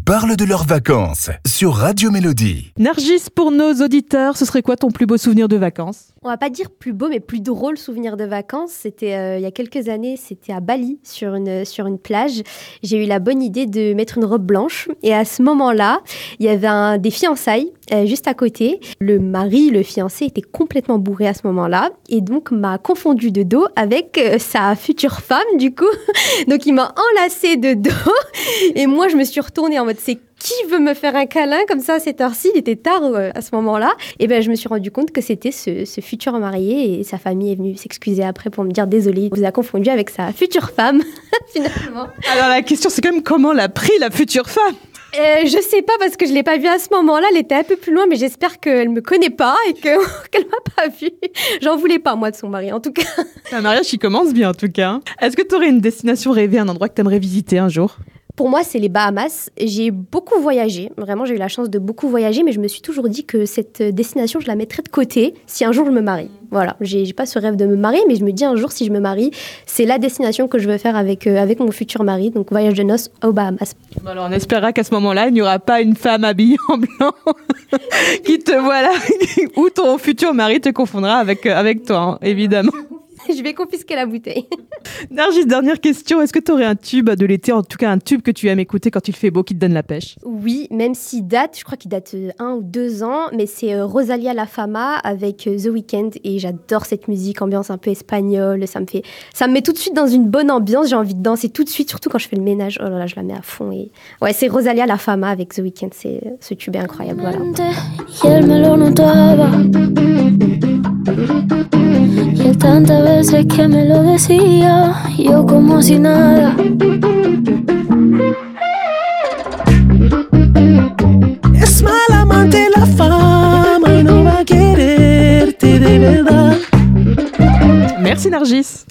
parlent de leurs vacances sur Radio Mélodie. Nargis, pour nos auditeurs, ce serait quoi ton plus beau souvenir de vacances ? On va pas dire plus beau, mais plus drôle souvenir de vacances. C'était il y a quelques années, c'était à Bali, sur une plage. J'ai eu la bonne idée de mettre une robe blanche. Et à ce moment-là, il y avait des fiançailles juste à côté. Le fiancé, était complètement bourré à ce moment-là. Et donc, m'a confondu de dos avec sa future femme, du coup. Donc, il m'a enlacée de dos. Et moi, je me suis retournée en mode, c'est qui veut me faire un câlin comme ça à cette heure-ci? Il était tard à ce moment-là. Et ben, je me suis rendu compte que c'était ce futur marié et sa famille est venue s'excuser après pour me dire désolé, il vous a confondu avec sa future femme, finalement. Alors la question, c'est quand même comment l'a pris la future femme ? Je sais pas parce que je l'ai pas vue à ce moment-là. Elle était un peu plus loin, mais j'espère qu'elle me connaît pas et qu'elle m'a pas vue. J'en voulais pas, moi, de son mari, en tout cas. Un mariage qui commence bien, en tout cas. Est-ce que tu aurais une destination rêvée, un endroit que tu aimerais visiter un jour ? Pour moi, c'est les Bahamas. J'ai beaucoup voyagé. Vraiment, j'ai eu la chance de beaucoup voyager, mais je me suis toujours dit que cette destination, je la mettrais de côté si un jour je me marie. Voilà, j'ai pas ce rêve de me marier, mais je me dis un jour, si je me marie, c'est la destination que je veux faire avec mon futur mari. Donc, voyage de noces aux Bahamas. Bon, alors, on espérera qu'à ce moment-là, il n'y aura pas une femme habillée en blanc qui te voilà, ou ton futur mari te confondra avec toi, hein, évidemment. Je vais confisquer la bouteille. Nargis, dernière question. Est-ce que tu aurais un tube de l'été, en tout cas un tube que tu aimes écouter quand il fait beau, qui te donne la pêche ? Oui, même s'il date, je crois qu'il date 1 ou 2 ans, mais c'est Rosalía La Fama avec The Weeknd et j'adore cette musique, ambiance un peu espagnole. Ça me met tout de suite dans une bonne ambiance. J'ai envie de danser tout de suite, surtout quand je fais le ménage. Oh là là, je la mets à fond. Et... ouais, c'est Rosalía La Fama avec The Weeknd. Ce tube est incroyable. Voilà. Y él tantas veces que me lo decía, yo como si nada. Es mal amante la fama y no va a quererte de verdad. Merci Nargis.